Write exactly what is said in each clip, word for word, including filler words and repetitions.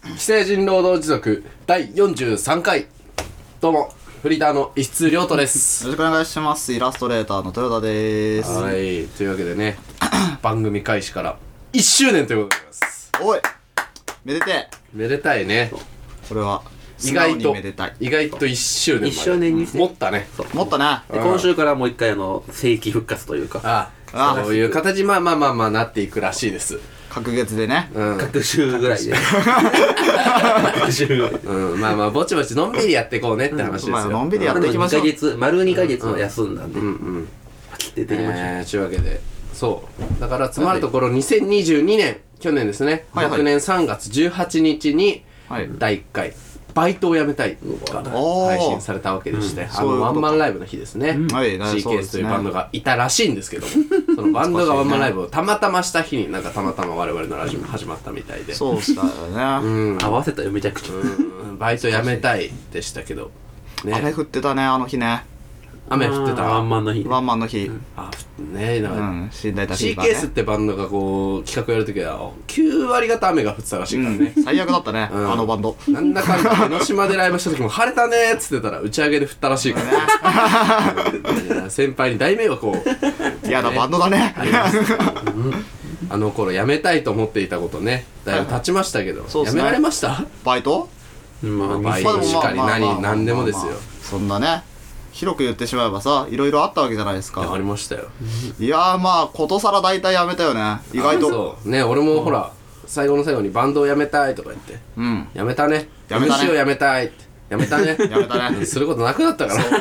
既成人労働持続だいよんじゅうさんかい。どうもフリーターの石津亮斗です。 よろしくお願いします。イラストレーターの豊田です。 はい、というわけでね番組開始からいっしゅうねんということでございます。 おいめでてえ。 めでたいね。 これは意外とめでたい。 意外といっしゅうねんまでいっしゅうねんに持ったね。 もっとな。 で今週からもう一回あの正規復活というかあああ、そういう形まあまあまあまあなっていくらしいです。 隔月でね。 うん、 各週ぐらいで各週ぐらいでうん、まあまあぼちぼちのんびりやっていこうねって話ですよ。 まあのんびりやっていきましょう。 にかげつ丸にかげつは休んだんで、 うんうん。 パキってできました、 えー、というわけでそうだからつまるところにせんにじゅうにねん去年ですね、 はいはい、 昨年さんがつじゅうはちにちにはいだいいっかいバイトを辞めたいがおー配信されたわけでして、 うんあのワンマンライブの日ですね、 うんはいシーケーエス というバンドががいたらしいんですけどもそのバンドがワンマンライブをたまたました日になんかたまたま我々のラジオも始まったみたいで、 そうしたよね。 うん合わせたよめちゃくちゃ、 うんバイト辞めたいでしたけど雨ね、 降ってたねあの日ね。 雨降ってたワンマンの日ワンマンの日。 あねなんか、 うん寝台たちシーケーエス ってバンドがこう企画やるときはきゅうわり方雨が降ってたらしいからね、 うん最悪だったねうんあのバンド。 なんだかんだ江ノ島でライブした時も晴れたねーっつってたら打ち上げで降ったらしいからねいや先輩に大迷惑を嫌なバンドだね。 ありますけどあの頃辞めたいと思っていたことねだいぶ経ちましたけど、 そうっすね辞められました？ バイト？ まあバイトしかり何何でもですよ。 そんなね広く言ってしまえばさいろいろあったわけじゃないですいやあか。 りましたよ。 いやーまあことさら大体やめたよね意外と。 そうね、俺もほら最後の最後にバンドを辞めたいとか言ってうん辞めたね辞めたねエムシー を辞めたいって辞めたねやめたねすることなくなったから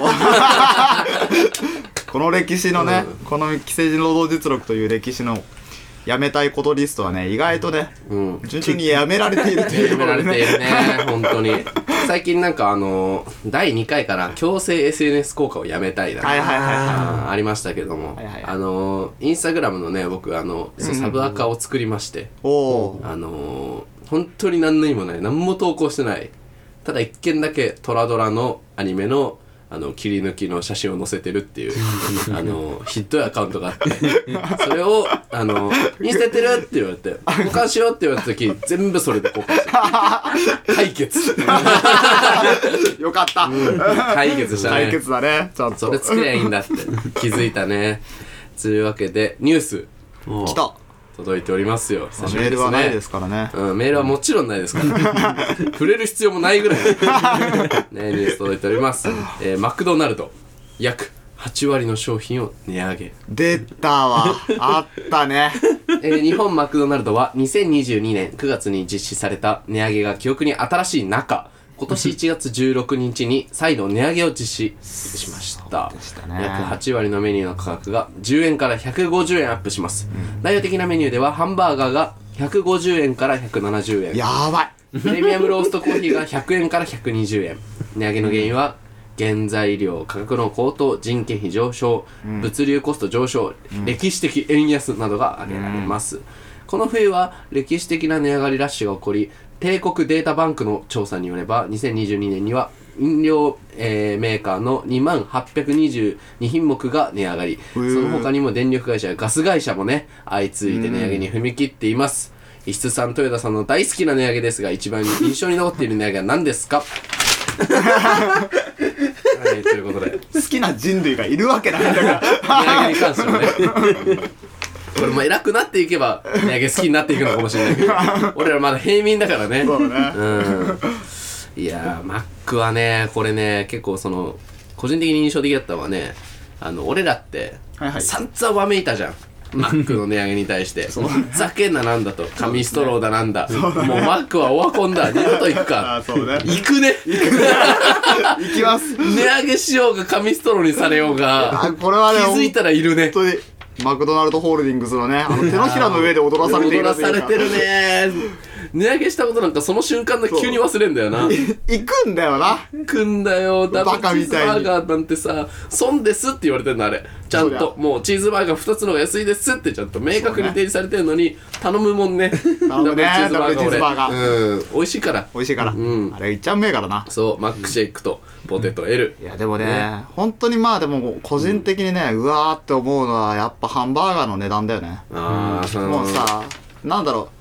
この歴史のね、この既成人労働実力という歴史のやめたいことリストはね意外とね、 うん順調にやめられているというやめられているね。 ね本当に最近なんかあのだいにかいから強制 エスエヌエス 効果をやめたいな、 はいはいはいはあーありましたけども、 はいはいはいあのインスタグラムのね僕あのそうサブアカを作りまして、 い。おお。 あの本当に何の意味もない何も投稿してないただ一件だけトラドラのアニメのあの切り抜きの写真を載せてるっていうあのヒットアカウントがあってそれをあのインスタやってるって言われて交換しようって言われた時全部それで交換して解決よかった。 解決したね解決だねちゃんと。 それ作りゃいいんだって気づいたねというわけでニュースもう来た。 届いておりますよ久しぶメーりですねルはないですからね。 うん、メールはもちろんないですから触れる必要もないぐらいねニュース届いております、えー、マクドナルド約はちわりの商品を値上げ、 出たわあったね。 えー、日本マクドナルドはにせんにじゅうにねんくがつに実施された値上げが記憶に新しい中今年いちがつじゅうろくにちに再度値上げを実施しました。 そうでしたね約はちわりのメニューの価格がじゅうえんからひゃくごじゅうえんアップします、うん、代表的なメニューではハンバーガーがひゃくごじゅうえんからひゃくななじゅうえん、 やばい。 プレミアムローストコーヒーがひゃくえんからひゃくにじゅうえん。値上げの原因は原材料価格の高騰、人件費上昇、うん、物流コスト上昇、うん、歴史的円安などが挙げられます、うん、この冬は歴史的な値上がりラッシュが起こり帝国データバンクの調査によればにせんにじゅうにねんには飲料、えー、メーカーのにまんはっぴゃくにじゅうにひんもくが値上がり、その他にも電力会社やガス会社もね相次いで値上げに踏み切っています。石津さん、豊田さんの大好きな値上げですが一番印象に残っている値上げは何ですかはい、ということで好きな人類がいるわけないんだから値上げに関してはねこれも偉くなっていけば値上げ好きになっていくのかもしれないけど俺らまだ平民だからね。 そうね、 うん、いやーマックはねこれね結構その個人的に印象的だったのはねあの俺らって散々わめいたじゃん、マックの値上げに対してふざけんななんだと紙ストローだなんだ、もうマックはオワコンだ二度と行くかあ、そうね、 行くね行きます。 値上げしようが紙ストローにされようがあ、これはね、 気づいたらいるね。 本当にマクドナルドホールディングスのねあの手のひらの上で踊らされている踊らされてるね値上げしたことなんかその瞬間の急に忘れんだよな。 行くんだよな。 行くんだよ。ダブルチーズバーガーなんてさ損ですって言われてるのあれちゃんともうチーズバーガーふたつの方が安いですってちゃんと明確に提示されてるのに頼むもんね。 頼むねダブルチーズバーガー。 うん美味しいから美味しいから、うん、あれいっちゃうめえからな。 そうマックシェイクとポテト L、 いやでもね、ね本当にまあでも個人的にね、うん、うわーって思うのはやっぱハンバーガーの値段だよね。 ああ、 うん、もうさなんだろう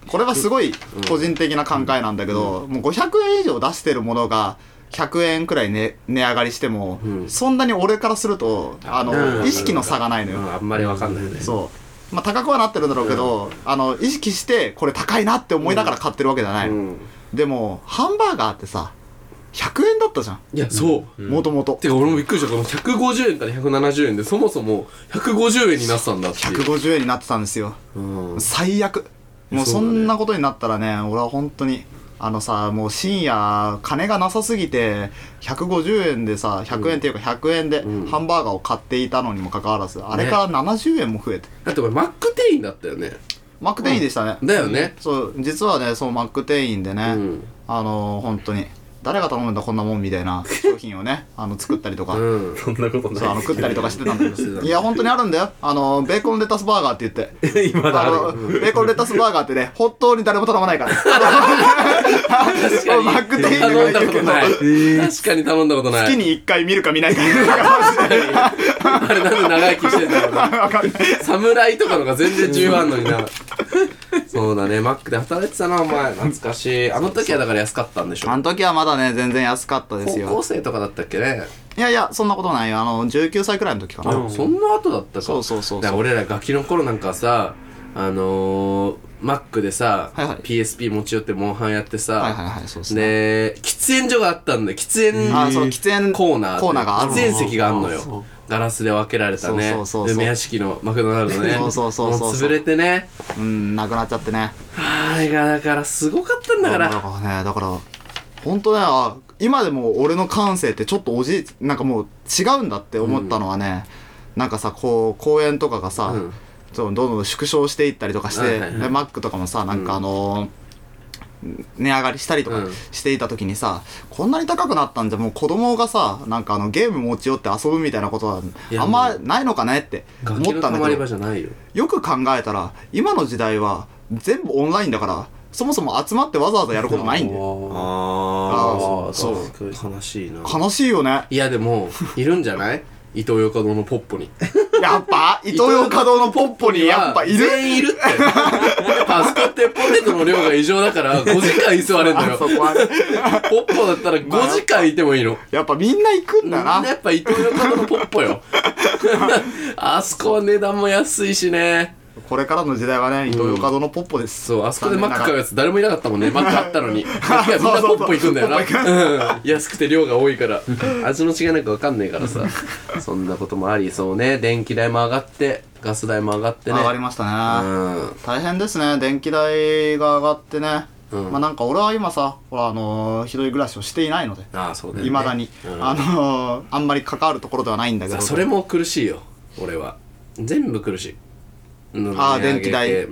これはすごい個人的な考えなんだけど、もうごひゃくえん以上出してるものがひゃくえんくらい、ね、値上がりしても、うん、そんなに俺からするとあの、うん、意識の差がないのよ、 うん、あんまりわかんないよね。 そうまあ高くはなってるんだろうけど、うん、あの意識してこれ高いなって思いながら買ってるわけじゃない、うん、でもハンバーガーってさひゃくえんだったじゃん。 いやそうもともとてか俺もびっくりした。このひゃくごじゅうえんからひゃくななじゅうえんでそもそもひゃくごじゅうえんになってたんだっていう。 ひゃくごじゅうえんになってたんですよ、うん、最悪。もうそんなことになったらね、俺は本当にあのさ、もう深夜金がなさすぎてひゃくごじゅうえんでさ、ひゃくえんっていうかひゃくえんでハンバーガーを買っていたのにもかかわらず、うん、あれからななじゅうえんも増えて、ね、 だってこれマック店員だったよね。 マック店員でしたね、 うん、だよね。 そう実はね、そうマック店員でね、うん、あのー、本当に誰が頼むんだこんなもんみたいな商品をねあの作ったりとか、うん、 そんなことない。 そうあの食ったりとかしてたんだけどいや本当にあるんだよ。あのベーコンレタスバーガーって言って今だあるあのベーコンレタスバーガーってね本当に誰も頼まないから確かにマック店員が頼んだことない、えー、確かに頼んだことない。 月にいっかい見るか見ないかあれなんで長生きしてんだろうな侍とかのが全然需要あんのになそうだね、マックで働いてたなお前。懐かしい。あの時はだから安かったんでしょ。 あの時はまだね全然安かったですよ。 高校生とかだったっけね。 いやいやそんなことないよ。あのじゅうきゅうさいくらいの時かな。 あ、そんな後だったか。 そうそうそうそう。 だから俺らガキの頃なんかさ、あのー、マックでさ、はいはい、ピーエスピー 持ち寄ってモンハンやってさ、 はいはいはい、そうですね。 で喫煙所があったんだよ。喫煙あそう喫煙コーナーコーナーがある。 喫煙席があんのよ。ガラスで分けられたね。梅屋敷のマクドナルドね。 そうそうそうそう。 もう潰れてね。 うん、なくなっちゃってね。 あれがだからすごかったんだから。 だからね、だから本当ね、今でも俺の感性ってちょっとおじなんかもう違うんだって思ったのはね、うん、なんかさこう公園とかがさ、うん、どんどん縮小していったりとかして、はいはいはい、マックとかもさなんかあのーうん値上がりしたりとかしていた時にさ、うん、こんなに高くなったんじゃもう子供がさなんかあのゲーム持ち寄って遊ぶみたいなことはあんまないのかねって思ったんだけど、よ, よく考えたら今の時代は全部オンラインだからそもそも集まってわざわざやることないんだよ。 ああそう悲しいな。 悲しいよね。 いやでもいるんじゃないイトーヨーカドーのポッポにやっぱイトーヨーカドーのポッポにやっぱいる。 全員いるってパスコってポテトの量が異常だからごじかん居座れんのよ。そこはねポッポだったらごじかんいてもいいの。 やっぱみんな行くんだな。 みんなやっぱイトーヨーカドーのポッポよあそこは値段も安いしね。 これからの時代はね、イトーヨーカドーのポッポです、 うん、そうあそこでマック買うやつ誰もいなかったもんね。マックあったのにいやみんなポッポ行くんだよな。うん、安くて量が多いから味の違いなんか分かんねえからさそんなこともあり、そうね、電気代も上がってガス代も上がってね。 上がりましたね、うん、大変ですね。電気代が上がってね、うん、まあなんか俺は今さほらあのー、一人暮らしをしていないので、 ああそうだよね、 未だに、うん、あのー、あんまり関わるところではないんだけど、 それも苦しいよ。俺は全部苦しい。 ああ電気代、 うん、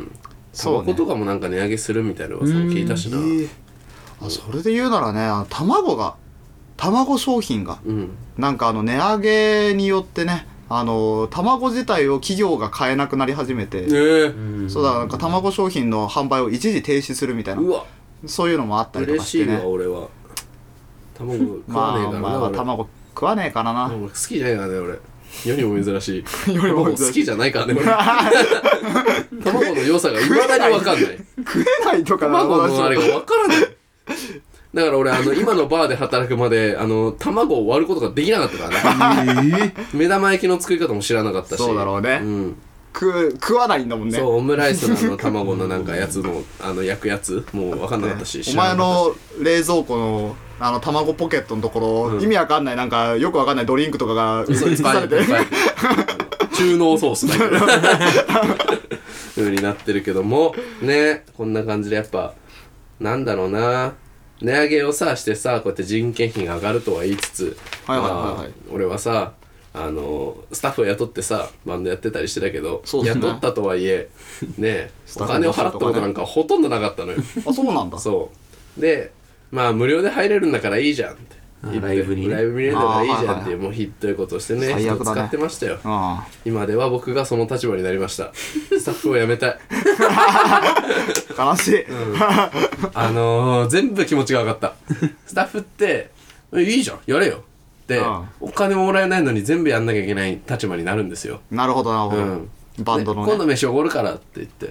タバコとかもなんか値上げするみたいな噂も聞いたしな、えー、 あそれで言うならね、あの卵が卵商品が、うん、なんかあの値上げによってね、あの卵自体を企業が買えなくなり始めて、えー、そうだなんか卵商品の販売を一時停止するみたいな、うわそういうのもあったりとかしてね。 嬉しいわ俺は卵食わねえからな、まあまあ、 卵食わねえからな。 好きじゃないからね俺。世にも珍しい卵好きじゃないからね俺卵の良さがいまだに分かんない食えないとかな、 卵のあれが分からないだから俺あの今のバーで働くまであの卵を割ることができなかったからね目玉焼きの作り方も知らなかったし。 そうだろうね、うん、食, 食わないんだもんね。 そうオムライスのあの卵のなんかやつのあの焼くやつもう分かんなかったし、ね、 お前の冷蔵庫のあの卵ポケットのところ、うん、意味わかんないなんかよくわかんないドリンクとかが映されてる中濃ソースだけど風になってるけどもね。こんな感じでやっぱなんだろうな、値上げをさしてさこうやって人件費が上がるとは言いつつ、はいはいはいはい、まあ、俺はさあのスタッフを雇ってさバンドやってたりしてたけど、ね、雇ったとはいえねお金を払ったことなんかほとんどなかったのよあそうなんだ。 そうでまあ無料で入れるんだからいいじゃんって言って、ライブにね、ライブ見れるんだからいいじゃんっていうもうひどいことをしてね人を使ってましたよ。今では僕がその立場になりました。スタッフを辞めたい悲しい、うん、 あのー、全部気持ちが分かったスタッフっていいじゃんやれよってお金ももらえないのに全部やんなきゃいけない立場になるんですよ。 なるほどなるほど、うん、バンドの、ね、 今度飯おごるからって言って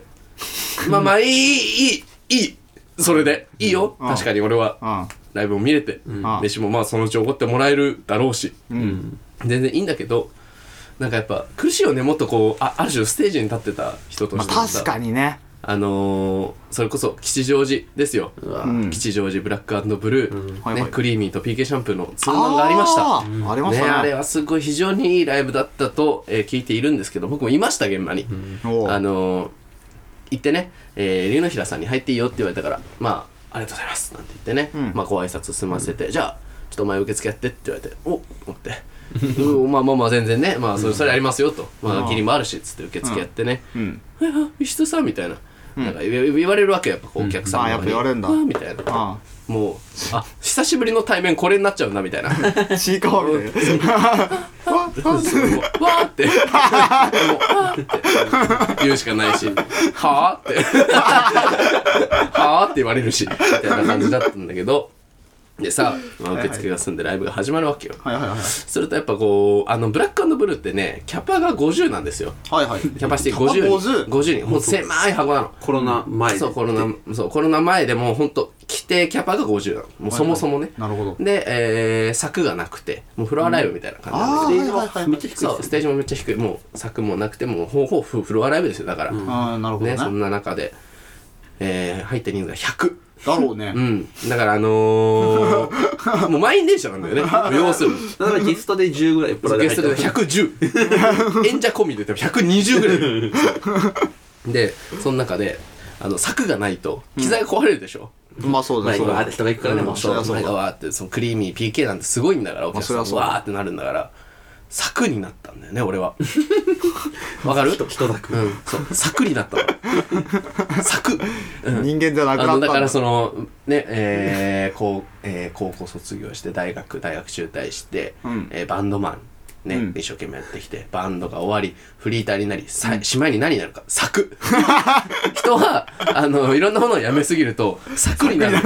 まあまあいいいいいいそれでいいよ、 うん確かに俺はうんライブも見れて、 ん飯もまあそのうちおごってもらえるだろうし、 うん全然いいんだけど、なんかやっぱ苦しいよね、もっとこう あ, ある種ステージに立ってた人とまあしてさ、 確かにねあのー、それこそ吉祥寺ですよ、 うん吉祥寺ブラック&ブルー、 はいはいね、クリーミーと ピーケー シャンプーのツーマンがありました。 あーありましたねあれはすごい非常にいいライブだったと、えー聞いているんですけど、僕もいました現場に、 おうあのー、行ってね、えー、龍之平さんに入っていいよって言われたから、まあありがとうございますなんて言ってね、 うんまあご挨拶済ませて、じゃあちょっとお前受付やってって言われて、おっ思ってうんまあまあまあ全然ね、まあそれそれやりますよと、まあ義理もあるしっつって受付やってね、 うんえあ石田さんみたいな、なんか言わ言われるわけよ、やっぱこうお客さんあーやっぱ言われるんだあーみたいな、 あもうあ久しぶりの対面これになっちゃうんだみたいなあちいかわみたいなわそうもうわーってもうわーって言うしかないしはーってはーって言われるしみたいな感じだったんだけど、でさ、まあ、受付が済んでライブが始まるわけよ。 はいはいはいするとやっぱこうあのブラック&ブルーってねキャパがごじゅうなんですよ。 はいはいキャパシティごじゅうごじゅうごじゅうにん、ほんと狭い箱なの。 コロナ前でそうコロナそうコロナ前でもうほんと規定キャパがごじゅうなの、もうそもそもね、 なるほどで、えー、柵がなくてもうフロアライブみたいな感じなんああで、 ステージもはいはいはいめっちゃ低いそうステージもめっちゃ低い、もう柵もなくてもうほうほうフフロアライブですよ、だから、 ああなるほどねねそんな中で、えー、入った人数がひゃく、 だろうねうんだからあのー、もう満員電車なんだよね要するにだからゲストでじゅうぐらいプラゲストでひゃくじゅう演者込みで言ってもひゃくにじゅうぐらいそうでその中であの柵がないと機材が壊れるでしょ、 まあそうだそうだ前にわーって人が行くからね、もうそりゃそうだ前がわーってそのクリーミー ピーケー なんてすごいんだからお客さんまあそりゃそうだわーってなるんだから柵になったんだよね俺はわかる人人だく、 うんそう柵になったの柵、うん人間じゃなくなったんだあのだからそのねえーこうえー高校卒業して大学大学中退して、 うんえーバンドマンね、 うん一生懸命やってきてバンドが終わりフリーターになりさしまいに何になるか柵人はあのいろんなものをやめすぎると柵になる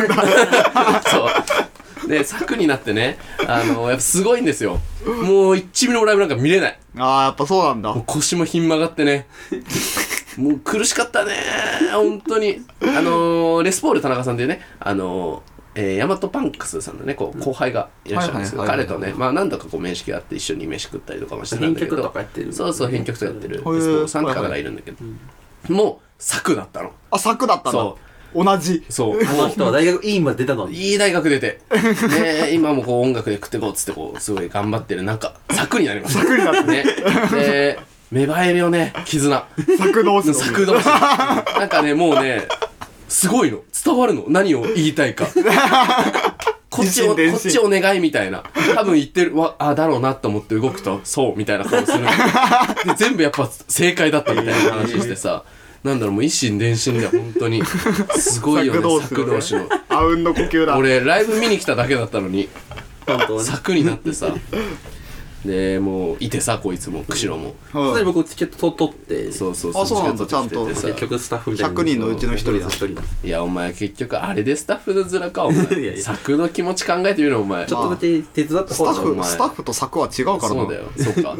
そうで柵になってねあのやっぱすごいんですよ、もう一ミリもライブなんか見れない、 ああやっぱそうなんだもう腰もひん曲がってねもう苦しかったね本当にあのー、レスポール田中さんっていうねあのーえー、ヤマトパンクスさんのねこう後輩がいらっしゃるんですけど、 はいはいはいはい彼とねまあ何度かこう面識があって一緒に飯食ったりとかもしてたん編だけど、 曲とかやってるそうそう編曲とかやってるレスポへーールさんって方がいるんだけど、もう柵だったの、 あ柵だったんだそ同じそうこの人は大学院まで出たのにいい大学出てね今もこう音楽で食ってこうっつってこうすごい頑張ってる中柵になりました柵になってねで芽生えるよね絆柵同士の柵同士なんかねもうねすごいの伝わるの何を言いたいかこっちをこ一心伝心っちお願いみたいな多分言ってるわあだろうなと思って動くとそうみたいな顔するで全部やっぱ正解だったみたいな話してさなんだろうもう一心伝心で本当にすごいよね柵同士のあうんの呼吸だ俺ライブ見に来ただけだったのに本当はね柵になってさでもういてさこいつも釧路もうんそれで僕チケット取ってそうそうそうあそうなんだチケット取ってきててさ結局スタッフみたいなひゃくにんのうちの一人だ一人だいやお前結局あれでスタッフの面かお前いやいや柵の気持ち考えてみろお前ちょっとだけ手伝ったスタ方がッお前フスタッフと柵は違うからなそうだよそうか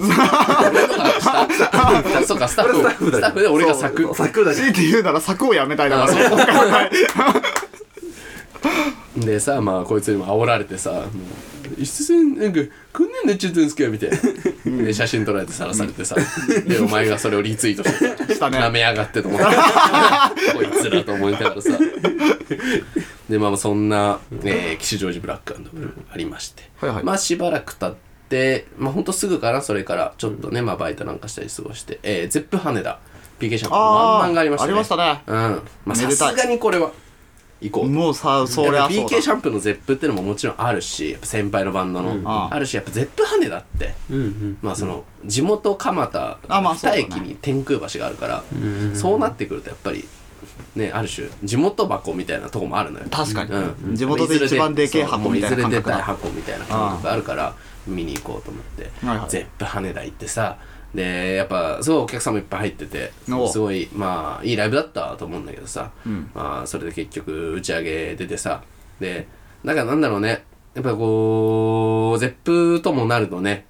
そうかスタッフ俺スタッフだよスタッフで俺が柵そう柵だし強いて言うなら柵をやめたいだからあそうかないでさまあこいつにも煽られてさもう石田さんなんかこんなんなっちゃったんですかみたいなで写真撮られてさらされてさでお前がそれをリツイートしてしたね舐めやがってと思ってこいつらと思いながらさでまあそんな、えー、吉祥寺ブラック&ブルーありまして、 はいはいまあしばらく経ってまあほんとすぐかなそれからちょっとねまあバイトなんかしたり過ごしてえー、ゼップ羽田 ピーケー シャンプーワンマンがありましたねありましたねうんまあめでたいさすがにこれは行こうともうさそりやっぱゃそうピーケー シだャンプーのゼップっていうのももちろんあるしやっぱ先輩のバンドの、 うんあああるしやっぱゼップ羽田ってうんうんまあその地元蒲田あまあそうだね二駅に天空橋があるからうんそうなってくるとやっぱりねある種地元箱みたいなとこもあるのよ確かにうん地元で一番でけえ箱みたいな感そうもういずれ出たい覚だ箱みたいな感覚があるから見に行こうと思ってはいはいゼップ羽田行ってさでやっぱすごいお客さんもいっぱい入ってておすごいまあいいライブだったと思うんだけどさ、 うんまあそれで結局打ち上げ出てさでなんかなんだろうねやっぱこうゼップともなるとね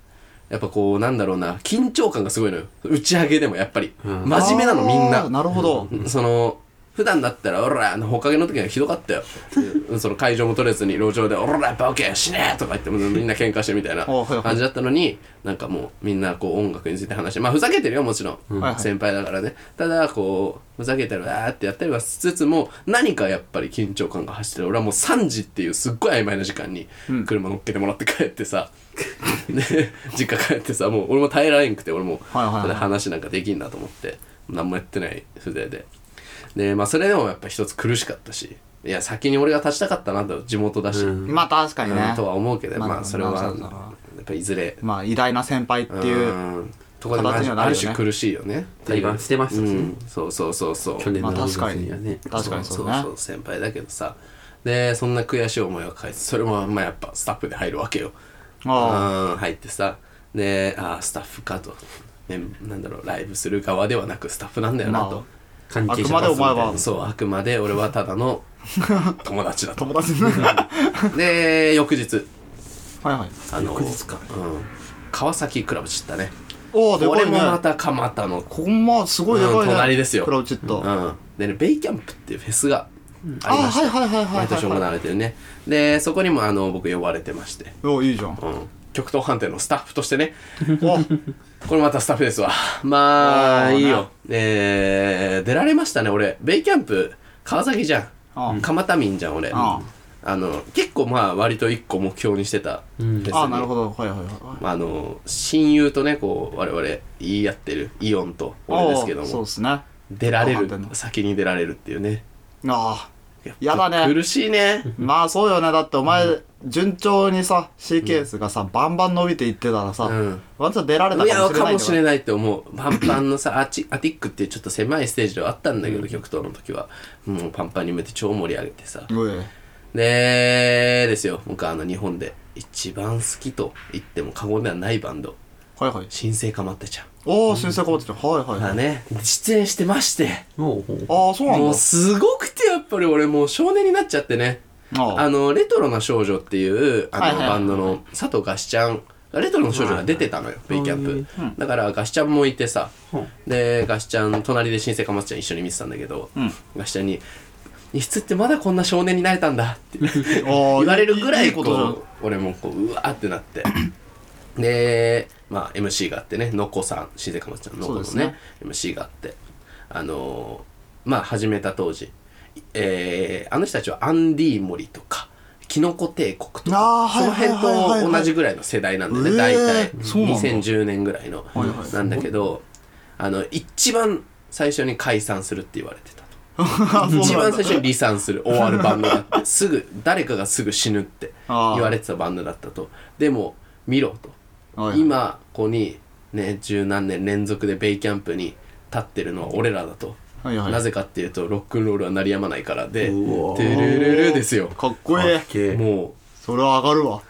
やっぱこうなんだろうな緊張感がすごいのよ打ち上げでもやっぱり、 うん、 真面目なのみんななるほど、 その普段だったらオラほかげの時はひどかったよその会場も取れずに路上でオラバケ死ねとか言ってもみんな喧嘩してみたいな感じだったのになんかもうみんなこう音楽について話してまあふざけてるよもちろん、うん、先輩だからねただこうふざけてるわーってやったりはしつつも何かやっぱり緊張感が走ってる俺はもうさんじっていうすっごい曖昧な時間に車乗っけてもらって帰ってさ、うん、で実家帰ってさもう俺も耐えられんくて俺もそれ話なんかできんなと思って何もやってない風情ででまあそれでもやっぱ一つ苦しかったしいや先に俺が立ちたかったなと地元だし、うん、 まあ確かにね、 うん、とは思うけど、まあ、まあそれはやっぱいずれまあ偉大な先輩っていうところでもある、ね、ある種苦しいよね対バンしてましたし、ねうん、 そうそうそうそう去年のまあ確かにはね確かにそうねそうそう先輩だけどさでそんな悔しい思いを返すそれもまあやっぱスタッフで入るわけよあ入ってさであスタッフかと、ね、なんだろうライブする側ではなくスタッフなんだよなと、まあ関係者あくまでお前はそうあくまで俺はただの友達だと友達で翌日はいはいあの翌日か、 うん、川崎クラブチッタねおおでかいねこれもまた蒲田のほんますごいでかいね、 うん、隣ですよクラブチッタ、 うん、でねベイキャンプっていうフェスがありまして、 うん、あはいはいはいはい毎年行われてるねでそこにもあの僕呼ばれてましておいいじゃん、 うん、極東飯店のスタッフとしてねこれまたスタッフですわまあいいよえー、出られましたね俺ベイキャンプ川崎じゃん蒲田民じゃん俺あの結構まあ割と一個目標にしてたフェスに、 うん、あなるほどはいはいはい、 あの親友とねこう我々言い合ってるイオンと俺ですけどもそうですね出られる先に出られるっていうねああやだね苦しいねまあそうよねだってお前、うん、順調にさ シーケースがさ、うん、バンバン伸びていってたらさ、うん、ワンチャン出られたかもしれないいやかもしれないって思うパンパンのさアチアティックっていうちょっと狭いステージではあったんだけど、うん、極東の時はもうパンパンに向いて超盛り上げてさ、 うん、 でですよ僕はあの日本で一番好きと言っても過言ではないバンドはいはい新生かまってちゃんおお新生かまってちゃんはいはいはいね出演してましてああそうなんだもうすごくてやっぱり俺もう少年になっちゃってねああのレトロな少女っていうあの、はいはいはいはい、バンドの佐藤ガシちゃんレトロの少女が出てたのよ、はいはい、ベイキャンプ、うん、だからガシちゃんもいてさ、うん、でガシちゃん隣で新生かまってちゃん一緒に見てたんだけど、うん、ガシちゃんにいつってまだこんな少年になれたんだって言われるぐらいこう俺もこううわーってなってでまあ エムシー があってねのこさん新生かまちゃんのこの ね, ね エムシー があってあのー、まあ始めた当時、えー、あの人たちはアンディ・モリとかキノコ帝国とかその辺と同じぐらいの世代なんでね、大体にせんじゅうねんぐらいのなんだけどあの一番最初に解散するって言われてた一番最初に離散する終わるバンドだってすぐ誰かがすぐ死ぬって言われてたバンドだったとでも見ろと今ここにね十何年連続でベイキャンプに立ってるのは俺らだと、はいはい、なぜかっていうとロックンロールは鳴りやまないからでトゥルルルですよかっこいいもうそれは上がるわ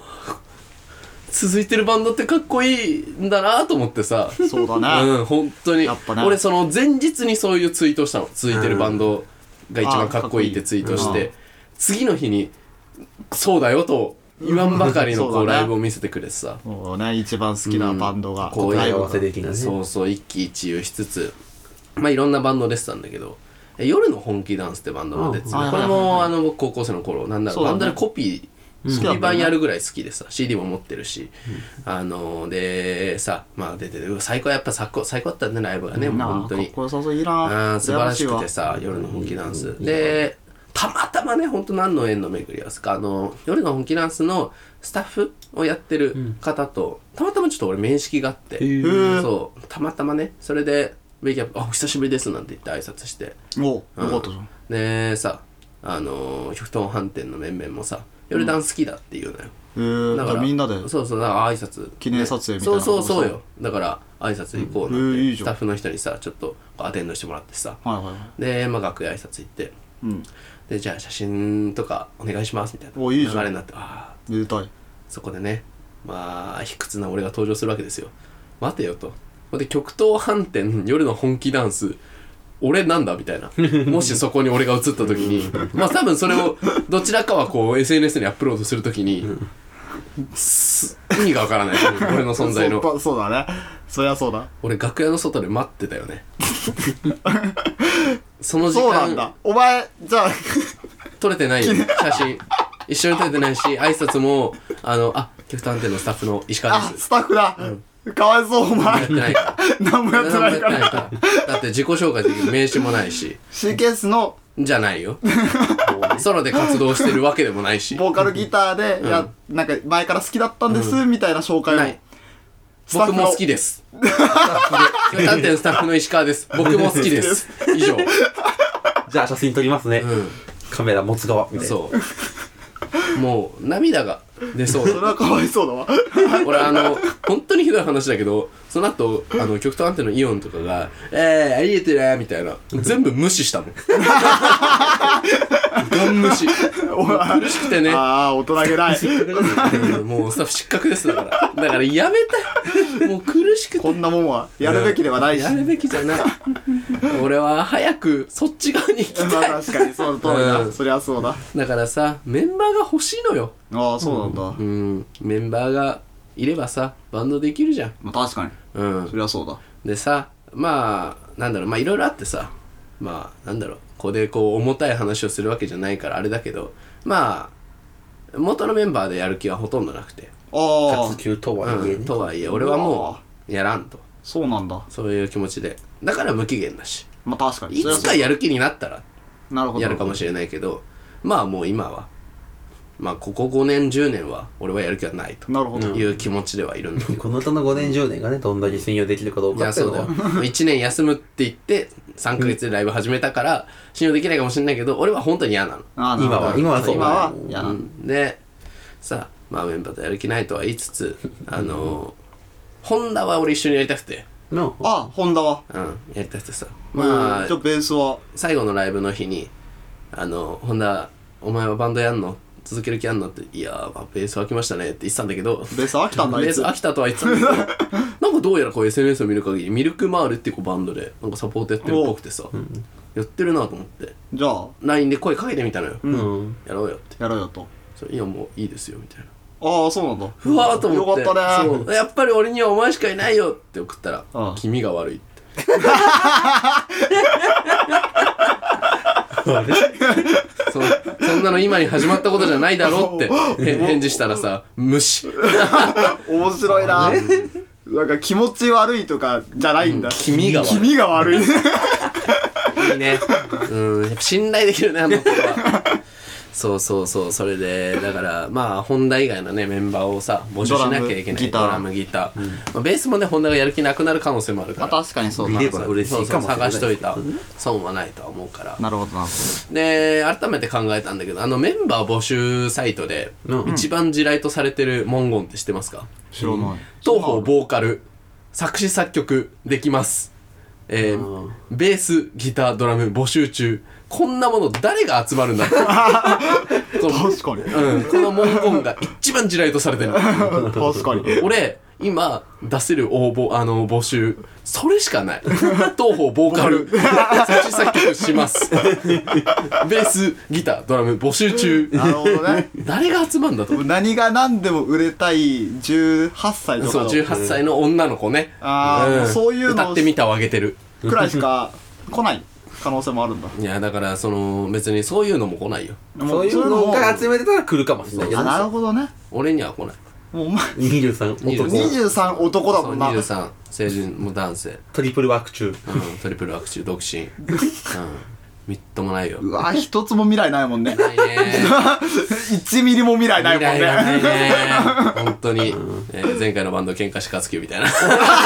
続いてるバンドってかっこいいんだなと思ってさそうだねうん本当にやっぱね俺その前日にそういうツイートしたの続いてるバンドが一番かっこいいってツイートして、うん、次の日にそうだよと言わんばかりのこうライブを見せてくれてさもうね一番好きなバンドが、 うん、こういう合わせ的なねそうそう一喜一憂しつつまあいろんなバンド出てたんだけど夜の本気ダンスってバンドも出てて、これもあの僕高校生の頃なんだろうバンドでコピーコピー版やるぐらい好きでさ シーディー も持ってるし、うん、あのでさまあ出てて最高やっぱ最高最高だったんだねライブがね、うん、もう本当にかっこよさそういいなあ素晴らしくてさ夜の本気ダンス、うん、でたまたまねほんと何の縁の巡り合わせかあの夜の本気ダンスのスタッフをやってる方と、うん、たまたまちょっと俺面識があってそうたまたまねそれでベイキャンプあお久しぶりですなんて言って挨拶しておよかったじゃんでさあの極東飯店の面々もさ夜ダン好きだって言うのよ、 うん、だからみんなでそうそうだから挨拶記念撮影みたいな、 ね、そうそうそうよだから挨拶行こうなんて、 うん、 スタッフの人にさちょっとアテンドしてもらってさ、 はいはいはい、 で、まあ、楽屋挨拶行って、うん、でじゃあ写真とかお願いしますみたいな流れになってああめでたいそこでねまあ卑屈な俺が登場するわけですよ待てよとで極東飯店夜の本気ダンス俺なんだみたいなもしそこに俺が映った時にまあ多分それをどちらかはこう エスエヌエス にアップロードする時にす意味がわからない俺の存在のそうそうだね、そりゃそうだ。 俺楽屋の外で待ってたよねその時そうなん間だ。お前じゃあ撮れてないよ写真一緒に撮れてないし挨拶もあのあキフト安定のスタッフの石川あですスタッフだ、かわいそうおや前ってないから何もやってないから。 だって自己紹介できる名刺もないしシーケース のじゃないよソロで活動してるわけでもないしボーカルギターで、いやなんか前から好きだったんです、みたいな紹介を、 ない僕も好きですキフト安定のスタッフの石川です僕も好きです以上じゃあ写真撮りますね、 うんカメラ持つ側みたいな。 そうもう涙が出そうそれはかわいそうだわ俺あの本当にひどい話だけどその後あの極東安定のイオンとかが「えー、ありがとうな」みたいな全部無視したもんガン無視苦しくてねああ大人げないうんもうスタッフ失格ですだからだからやめたいもう苦しくてこんなもんはやるべきではないし、 やるべきじゃない俺は早くそっち側に行きまあたい確かにその通りだ、 うんそりゃそうだ。 だからさメンバーが欲しいのよああそうなんだ、 うんメンバーがいればさバンドできるじゃんまあ確かにうんそりゃそうだ。 でさまあなんだろうまあいろいろあってさまあなんだろうここでこう重たい話をするわけじゃないからあれだけどまあ元のメンバーでやる気はほとんどなくて、 ああ活休とはいえね、 うん、とはいえ俺はもうやらんとそうなんだ。 そういう気持ちでだから無期限だしまあ確かにいつかやる気になったらなるほどやるかもしれないけどまあもう今はまあここごねんじゅうねんは俺はやる気はないとなるほど、 いう気持ちではいるんだけどこの歌のごねんじゅうねんがねどんだけ信用できるかどういかっていやそううだのはよいちねん休むって言ってさんかげつでライブ始めたから信用できないかもしれないけど俺は本当に嫌なの、 ああなるほど今は今はそう今は嫌な、 うん、でさまあメンバーとやる気ないとは言いつつあのホンダは俺一緒にやりたくてのあホンダはうんやりたくてさままああじゃあベースは最後のライブの日にあのホンダお前はバンドやんの続ける気あんのっていやー、まあ、ベース飽きましたねって言ってたんだけどベース飽きたんだあいつベース飽きたとは言ってたんだけどなんかどうやらこう エスエヌエス を見る限りミルクマールっていうこうバンドでなんかサポートやってるっぽくてさ、やってるなと思ってじゃあライン で声かけてみたのよ、 うんやろうよってやろうよと。 そういやもういいですよみたいなああそうなんだ。 ふわーと思ってよかったねそうやっぱり俺にはお前しかいないよって送ったらああ君が悪いってそそんなの今に始まったことじゃないだろってへ返事したらさ無視面白いななんか気持ち悪いとかじゃないんだ、 うん君が悪い君が悪いいいねうんやっぱ信頼できるねあの子はそうそうそうそれでだからまあホンダ以外のねメンバーをさ募集しなきゃいけないドラムドラムギター、まあ、ベースもねホンダがやる気なくなる可能性もあるからまあ確かにそうだいれば嬉しそうそういかもしれない探しといた損はないとは思うからなるほどなるで改めて考えたんだけどあのメンバー募集サイトでうん一番地雷とされてる文言って知ってますか、 知らない当方ボーカル作詞作曲できますえーうんベースギタードラム募集中こんなもの誰が集まるんだってこの確かにうん、この文言が一番地雷とされてる確かに俺今出せる応募あの募集それしかない当方ボーカル作詞作曲しますベースギタードラム募集中なるほどね誰が集まるんだと何が何でも売れたいじゅうはっさいとかそうのじゅうはっさいの女の子ねあーそういうの歌ってみたをあげてるくらいしか来ない可能性もあるんだいやだからその別にそういうのも来ないよそういうのが集めてたら来るかもしれないけどあなるほどね俺には来ないもうお前にじゅうさん男にじゅうさんにじゅうさん男だそうもんなにじゅうさん成人も男性、 トリプルワーク中うん、トリプルワーク中独身、うん、みっともないようわ一つも未来ないもんねないねいちミリも未来ないもん未来がないねね本当に、えー前回のバンド喧嘩し勝つきみたいな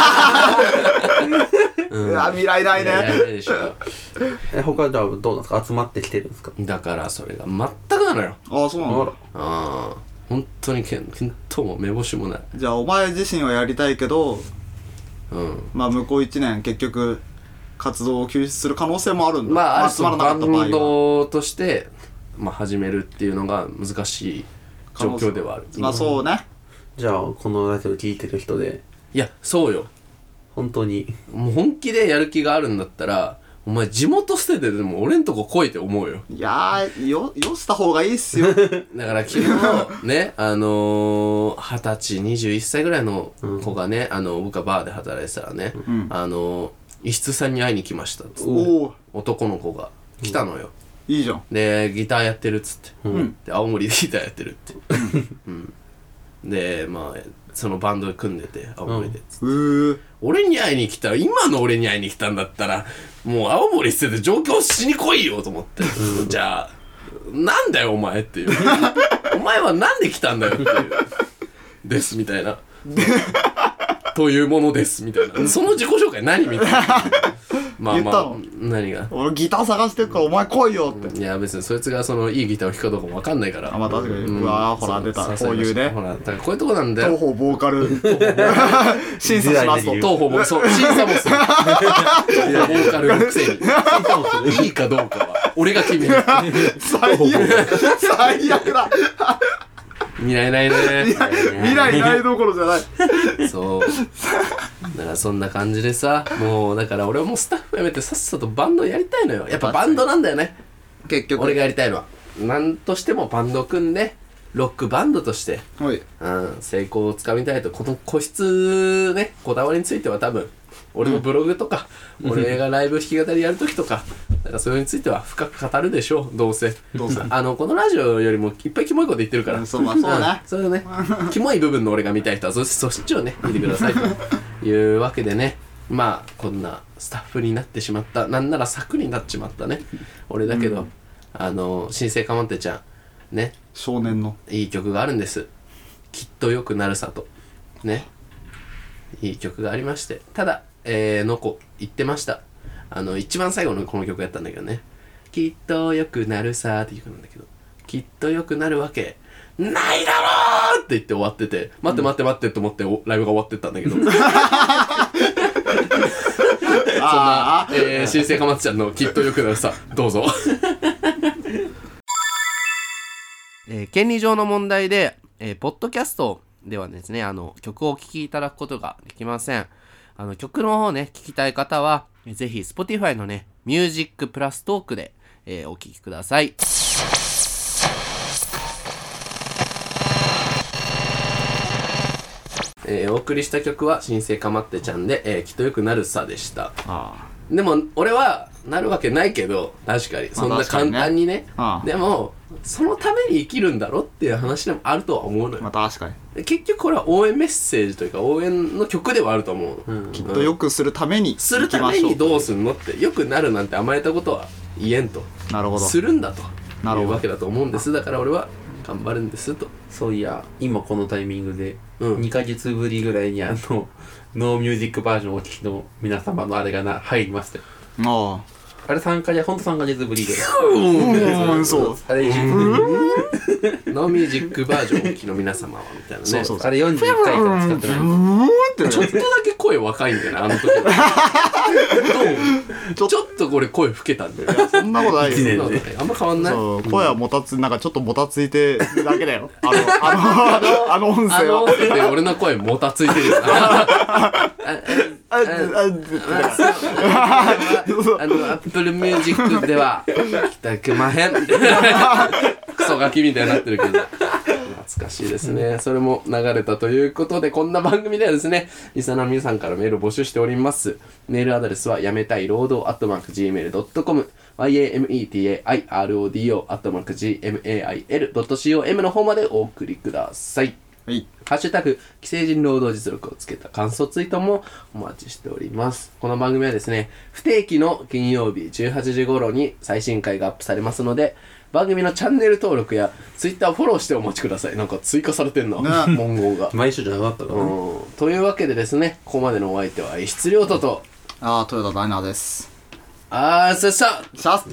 うわ未来ないいやいねやでしょえ他じゃあどうなんですか集まってきてるんですかだからそれが全くなのよああそうなんだああ本当にけん見当も目星もないじゃあお前自身はやりたいけどうんまあ向こういちねん結局活動を休止する可能性もあるんだまあ、 集まらなかった場合バンはドとして、まあ、始めるっていうのが難しい状況ではあるまあそうねじゃあこのラジオ聞いてる人でいやそうよ本当にもう本気でやる気があるんだったらお前地元捨ててでも俺んとこ来いって思うよ。 いやーよよした方がいいっすよ。 だから昨日ねあの二十歳にじゅういっさいぐらいの子がね、うん、あの僕はバーで働いてたらね、うん、あの石津さんに会いに来ましたっつってお男の子が来たのよ、 うん、いいじゃん。 でギターやってるっつって、うん、で青森でギターやってるって、うん、でまあそのバンド組んでて青森でっつって、うん、俺に会いに来たら今の俺に会いに来たんだったらもう青森捨てて上京しに来いよと思って、うん、じゃあなんだよお前っていうお前はなんで来たんだよっていうですみたいなというものですみたいなその自己紹介何みたいなまあまあ何が俺ギター探してるからお前来いよって。 いや別にそいつがそのいいギターを弾くかどうかも分かんないから。 あまあ確かに、うん、うわーほら出たこういうねほらだからこういうとこなんだよ。 東方ボーカル審査しますと東方もそう審査もする東方ボーカルのくせに審査もするいいかどうかは俺が決める最悪最悪だ未来ないね未来ないどころじゃないそうだからそんな感じでさもうだから俺はもうスタッフ辞めてさっさとバンドやりたいのよ。やっぱバンドなんだよね結局俺がやりたいのは。なんとしてもバンド組んでロックバンドとして、はいうん、成功をつかみたいと。この個室ねこだわりについては多分俺のブログとか、うん、俺がライブ弾き語りやるときとかなんかそれについては深く語るでしょうどうせどうせあのこのラジオよりもいっぱいキモいこと言ってるから、うん、 そうまあそうね、 うん、それねキモい部分の俺が見たい人はそ, そっちをね見てくださいというわけでねまあこんなスタッフになってしまったなんなら柵になっちまったね俺だけど、うん、あの新生かまってちゃんね少年のいい曲があるんです。きっとよくなるさとねいい曲がありましてただえー、の子言ってました。あの一番最後のこの曲やったんだけどねきっと良くなるさーっていう曲なんだけどきっと良くなるわけないだろーって言って終わってて待って待って待ってと思ってライブが終わってったんだけどそんな、えー、新生かまつちゃんのきっと良くなるさどうぞえー、権利上の問題で、えー、ポッドキャストではですねあの曲をお聴きいただくことができません。あの曲の方ね聴きたい方はぜひ Spotify のねミュージックプラストークで、えー、お聴きください。えー、お送りした曲は新生かまってちゃんで、えー、きっとよくなるさでした。ああでも俺はなるわけないけど確かにそんな簡単にね、まあね、でもそのために生きるんだろっていう話でもあるとは思うのよ。 まあ確かに結局これは応援メッセージというか応援の曲ではあると思うの、 うん、きっとよくするためにするためにどうすんのってよくなるなんて甘えたことは言えんと。なるほどするんだというわけだと思うんです。だから俺は頑張るんですと。 そういや今このタイミングでにかげつぶりぐらいにあのノーミュージックバージョンをお聴きの皆様のあれがな入りましたよ。あああれさんかげつほんとさんかげつぶりでうんそうあれノーミュージックバージョンをお聴きの皆様はみたいなねそうそうあれよんじゅういっかいから使ってないちょっとだけ声若いんだよねあの時どうちょっとこれ声老けたんだよ。 そんなことないよあんま変わんない。 そう声はもたつなんかちょっともたついてるだけだよあのあのあの音声はあの音声で俺の声もたついてるよあのアップルミュージックでは来たくまへんクソガキみたいになってるけど懐かしいですね。それも流れたということでこんな番組ではですねリスナーの皆さんからメールを募集しております。メールアドレスはやめたい労働アットマーク ジーメールドットコム ヤメタイロード アットマーク ジーメールドットコム の方までお送りください。はい、ハッシュタグ既成人労働実力をつけた感想ツイートもお待ちしております。この番組はですね不定期の金曜日じゅうはちじ頃に最新回がアップされますので番組のチャンネル登録やツイッターをフォローしてお待ちください。なんか追加されてんな、ね、文言が毎週じゃなかったかな、 うん、というわけでですねここまでのお相手は石津亮太とああ豊田ダイナーです。 あーさっさ